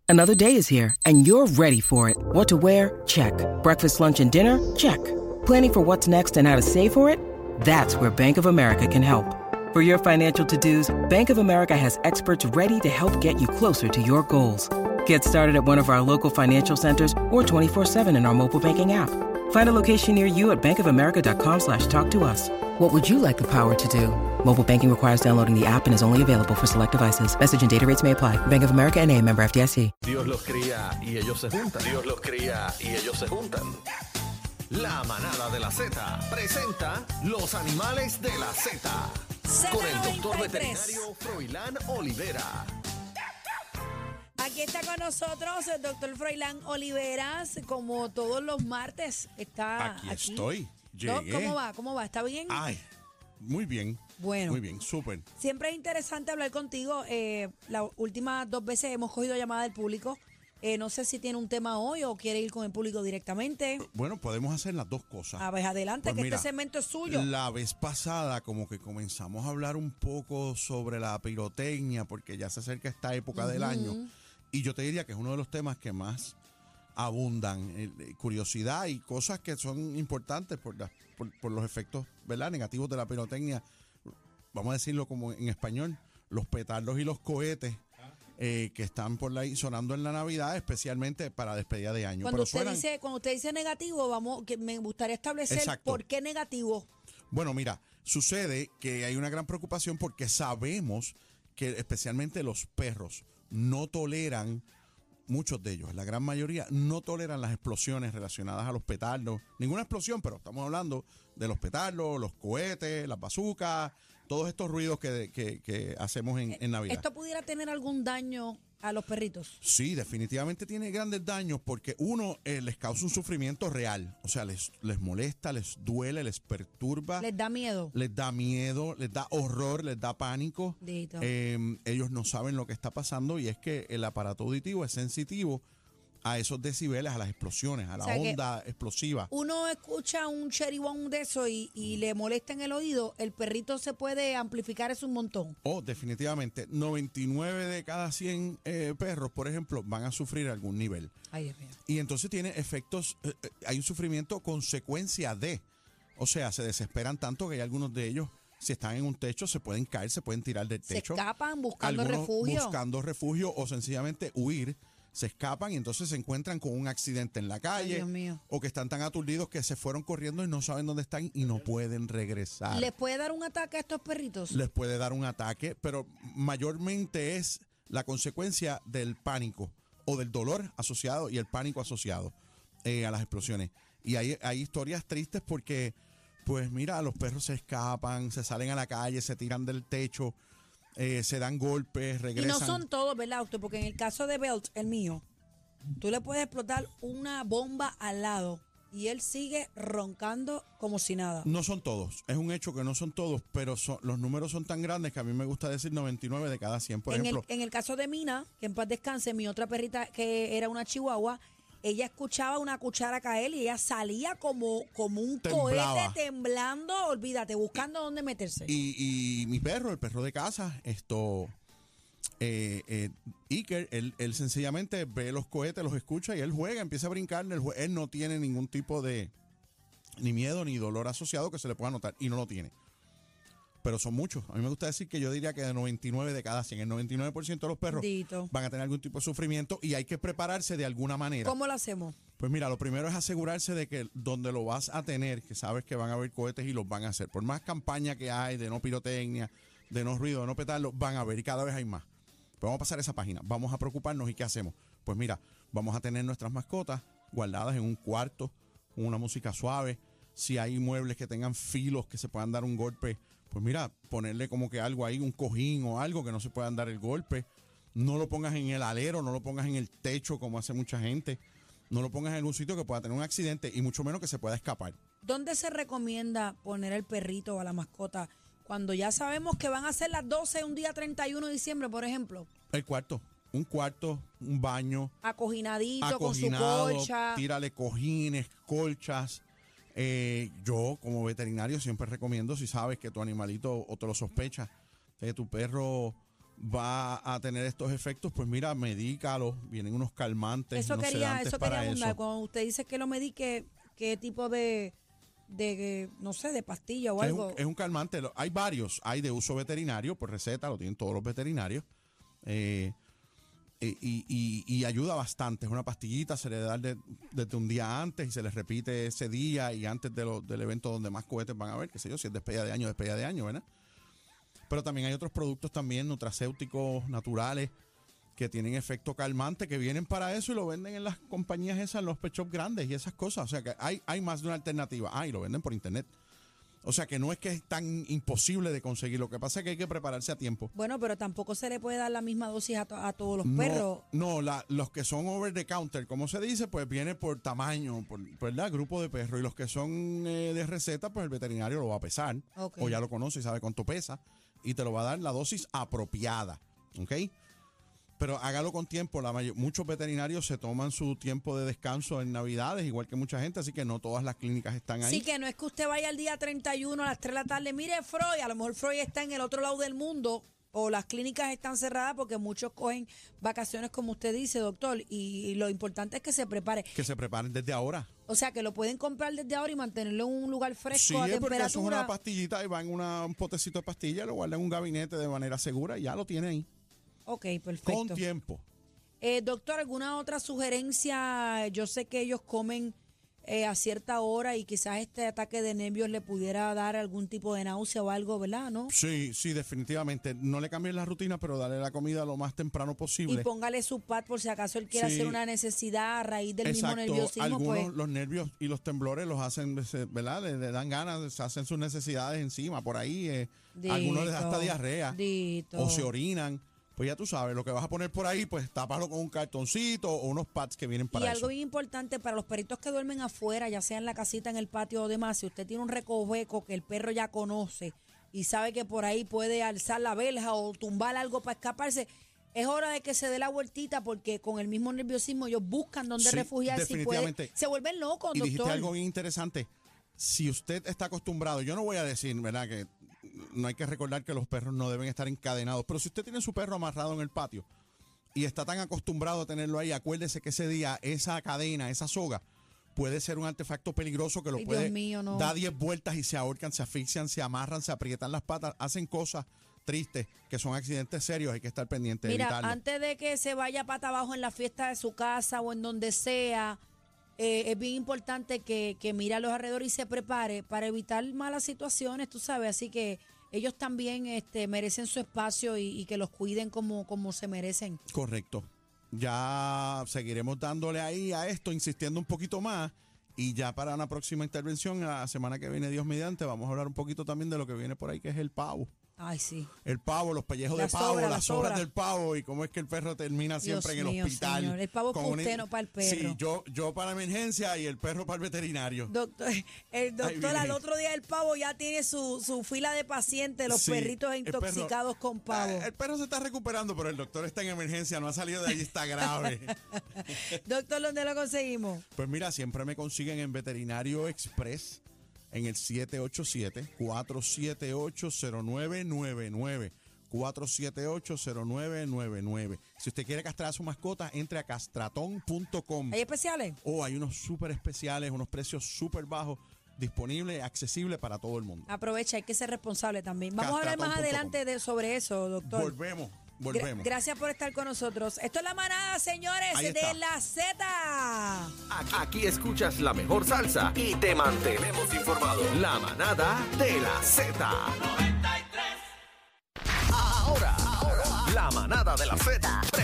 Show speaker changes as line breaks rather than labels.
Another day is here, and you're ready for it. What to wear? Check. Breakfast, lunch, and dinner? Check. Planning for what's next and how to save for it? That's where Bank of America can help. For your financial to-dos, Bank of America has experts ready to help get you closer to your goals. Get started at one of our local financial centers or 24/7 in our mobile banking app. Find a location near you at bankofamerica.com/talktous. What would you like the power to do? Mobile banking requires downloading the app and is only available for select devices. Message and data rates may apply. Bank of America N.A., member FDIC.
Dios los cría y ellos se juntan. Dios los cría y ellos se juntan. La manada de la Z presenta Los Animales de la Z con el doctor veterinario Froilán Olivera.
Aquí está con nosotros el doctor Froilán Oliveras, como todos los martes. Está
Aquí estoy. Llegué.
¿Cómo va? ¿Está bien?
Ay, muy bien.
Bueno.
Muy bien, súper.
Siempre es interesante hablar contigo. Las últimas 2 veces hemos cogido llamada del público. No sé si tiene un tema hoy o quiere ir con el público directamente.
Bueno, podemos hacer las dos cosas.
A ver, adelante,
Pues
que
mira,
este segmento es suyo.
La vez pasada como que comenzamos a hablar un poco sobre la pirotecnia porque ya se acerca esta época del año. Y yo te diría que es uno de los temas que más abundan, curiosidad y cosas que son importantes por los efectos, ¿verdad?, negativos de la pirotecnia. Vamos a decirlo como en español, los petardos y los cohetes que están por ahí sonando en la Navidad, especialmente para despedida de año.
Cuando usted dice negativo, que me gustaría establecer. Exacto. ¿Por qué negativo?
Bueno, mira, sucede que hay una gran preocupación porque sabemos que especialmente los perros no toleran, muchos de ellos, la gran mayoría, no toleran las explosiones relacionadas a los petardos. Ninguna explosión, pero estamos hablando de los petardos, los cohetes, las bazucas, todos estos ruidos que hacemos en Navidad.
¿Esto pudiera tener algún daño a los perritos?
Sí, definitivamente tiene grandes daños porque uno les causa un sufrimiento real. O sea, les molesta, les duele, les perturba.
¿Les da miedo?
Les da miedo, les da horror, les da pánico. Ellos no saben lo que está pasando y es que el aparato auditivo es sensitivo a esos decibeles, a las explosiones, a la onda explosiva.
Uno escucha un cheribón de eso y le molesta en el oído, el perrito se puede amplificar eso un montón.
Oh, definitivamente. 99 de cada 100 perros, por ejemplo, van a sufrir algún nivel.
Ay, Dios mío.
Y entonces tiene efectos, hay un sufrimiento consecuencia de, o sea, se desesperan tanto que hay algunos de ellos, si están en un techo, se pueden caer, se pueden tirar del techo.
Se escapan buscando
algunos
refugio.
Buscando refugio o sencillamente huir. Se escapan y entonces se encuentran con un accidente en la calle.
Ay, Dios mío.
O que están tan aturdidos que se fueron corriendo y no saben dónde están y no pueden regresar.
¿Les puede dar un ataque a estos perritos?
Les puede dar un ataque, pero mayormente es la consecuencia del pánico o del dolor asociado y el pánico asociado a las explosiones. Y hay historias tristes porque, pues mira, los perros se escapan, se salen a la calle, se tiran del techo. Se dan golpes, regresan.
Y no son todos, ¿verdad, doctor? Porque en el caso de Belt, el mío, tú le puedes explotar una bomba al lado y él sigue roncando como si nada.
No son todos. Es un hecho que no son todos, pero los números son tan grandes que a mí me gusta decir 99 de cada 100. Por ejemplo,
en el caso de Mina, que en paz descanse, mi otra perrita que era una chihuahua, ella escuchaba una cuchara caer y ella salía como un cohete temblando, olvídate, buscando dónde meterse.
Y mi perro, el perro de casa, Iker, él sencillamente ve los cohetes, los escucha y él juega, empieza a brincar. Él no tiene ningún tipo de ni miedo ni dolor asociado que se le pueda notar y no lo tiene. Pero son muchos. A mí me gusta decir que yo diría que de 99 de cada 100, el 99% de los perros van a tener algún tipo de sufrimiento y hay que prepararse de alguna manera.
¿Cómo lo hacemos?
Pues mira, lo primero es asegurarse de que donde lo vas a tener, que sabes que van a haber cohetes y los van a hacer. Por más campaña que hay de no pirotecnia, de no ruido, de no petarlo, van a haber y cada vez hay más. Pues vamos a pasar esa página, vamos a preocuparnos y ¿qué hacemos? Pues mira, vamos a tener nuestras mascotas guardadas en un cuarto, con una música suave. Si hay muebles que tengan filos que se puedan dar un golpe, pues mira, ponerle como que algo ahí, un cojín o algo que no se puedan dar el golpe. No lo pongas en el alero, no lo pongas en el techo como hace mucha gente. No lo pongas en algún sitio que pueda tener un accidente y mucho menos que se pueda escapar.
¿Dónde se recomienda poner el perrito o a la mascota cuando ya sabemos que van a ser las 12 un día 31 de diciembre, por ejemplo?
El cuarto. Un cuarto, un baño.
Acoginadito, con su colcha.
Tírale cojines, colchas. Yo, como veterinario, siempre recomiendo, si sabes que tu animalito o te lo sospechas, que tu perro va a tener estos efectos, pues mira, medícalo, vienen unos calmantes.
Eso
unos
quería
para
abundar. Cuando usted dice que lo medique, ¿qué tipo de no sé, de pastilla o algo?
Es un calmante, hay varios, hay de uso veterinario, por receta, lo tienen todos los veterinarios, y ayuda bastante. Es una pastillita, se le da desde un día antes y se les repite ese día y antes del evento donde más cohetes van a haber, qué sé yo, si es despedida de año, ¿verdad? Pero también hay otros productos también nutracéuticos naturales que tienen efecto calmante, que vienen para eso y lo venden en las compañías esas, en los pet shop grandes y esas cosas. O sea que hay más de una alternativa. Y lo venden por internet. O sea que no es que es tan imposible de conseguir. Lo que pasa es que hay que prepararse a tiempo.
Bueno, pero tampoco se le puede dar la misma dosis a todos los perros.
No, los que son over the counter, como se dice, pues viene por tamaño, ¿verdad? Grupo de perros. Y los que son de receta, pues el veterinario lo va a pesar.
Okay.
O ya lo conoce y sabe cuánto pesa. Y te lo va a dar la dosis apropiada. ¿Ok? Pero hágalo con tiempo. Muchos veterinarios se toman su tiempo de descanso en Navidades, igual que mucha gente, así que no todas las clínicas están ahí.
Sí, que no es que usted vaya el día 31 a las 3 de la tarde, mire Freud, a lo mejor Freud está en el otro lado del mundo o las clínicas están cerradas porque muchos cogen vacaciones, como usted dice, doctor, y lo importante es que se prepare.
Que se preparen desde ahora.
O sea, que lo pueden comprar desde ahora y mantenerlo en un lugar fresco, a
temperatura. Sí, porque eso es una pastillita y va en un potecito de pastilla, lo guarda en un gabinete de manera segura y ya lo tiene ahí.
Ok, perfecto.
Con tiempo.
Doctor, ¿alguna otra sugerencia? Yo sé que ellos comen a cierta hora y quizás este ataque de nervios le pudiera dar algún tipo de náusea o algo, ¿verdad? ¿No?
Sí, definitivamente. No le cambien la rutina, pero dale la comida lo más temprano posible.
Y póngale su pad por si acaso él quiere hacer una necesidad a raíz del mismo nerviosismo.
Algunos, los nervios y los temblores los hacen, ¿verdad? Le dan ganas, hacen sus necesidades encima, por ahí. Algunos les da hasta diarrea. O se orinan. Pues ya tú sabes, lo que vas a poner por ahí, pues tápalo con un cartoncito o unos pads que vienen para eso.
Y algo bien importante para los perritos que duermen afuera, ya sea en la casita, en el patio o demás, si usted tiene un recoveco que el perro ya conoce y sabe que por ahí puede alzar la verja o tumbar algo para escaparse, es hora de que se dé la vueltita porque con el mismo nerviosismo ellos buscan dónde refugiarse y se vuelven locos, doctor.
Y dijiste algo bien interesante. Si usted está acostumbrado, yo no voy a decir, ¿verdad?, que no hay que recordar que los perros no deben estar encadenados, pero si usted tiene su perro amarrado en el patio y está tan acostumbrado a tenerlo ahí, acuérdese que ese día esa cadena, esa soga, puede ser un artefacto peligroso que lo puede dar 10 vueltas y se ahorcan, se asfixian, se amarran, se aprietan las patas, hacen cosas tristes que son accidentes serios, hay que estar pendiente de evitarlo.
Mira, antes de que se vaya pata abajo en la fiesta de su casa o en donde sea, es bien importante que mire a los alrededores y se prepare para evitar malas situaciones, tú sabes, así que ellos también merecen su espacio y que los cuiden como se merecen.
Correcto. Ya seguiremos dándole ahí a esto, insistiendo un poquito más. Y ya para una próxima intervención, la semana que viene, Dios mediante, vamos a hablar un poquito también de lo que viene por ahí, que es el pavo.
Ay, sí.
El pavo, los pellejos de pavo, las sobras del pavo y cómo es que el perro termina siempre en el hospital.
Señor. El pavo es para usted, no para el perro.
Sí, yo para emergencia y el perro para el veterinario.
El doctor al otro día el pavo ya tiene su fila de pacientes, los perritos intoxicados con pavo.
El perro se está recuperando, pero el doctor está en emergencia, no ha salido de ahí, está grave.
Doctor, ¿dónde lo conseguimos?
Pues mira, siempre me consiguen en Veterinario Express. En el 787-478-0999. 478-0999. Si usted quiere castrar a su mascota, entre a castratón.com.
¿Hay especiales?
Hay unos súper especiales, unos precios súper bajos, disponibles, accesibles para todo el mundo.
Aprovecha, hay que ser responsable también. Vamos a hablar más adelante sobre eso, doctor.
Volvemos.
Gracias por estar con nosotros. Esto es La Manada, señores, de la Z.
Aquí escuchas la mejor salsa y te mantenemos informado. La Manada de la Z. 93. Ahora, La Manada de la Z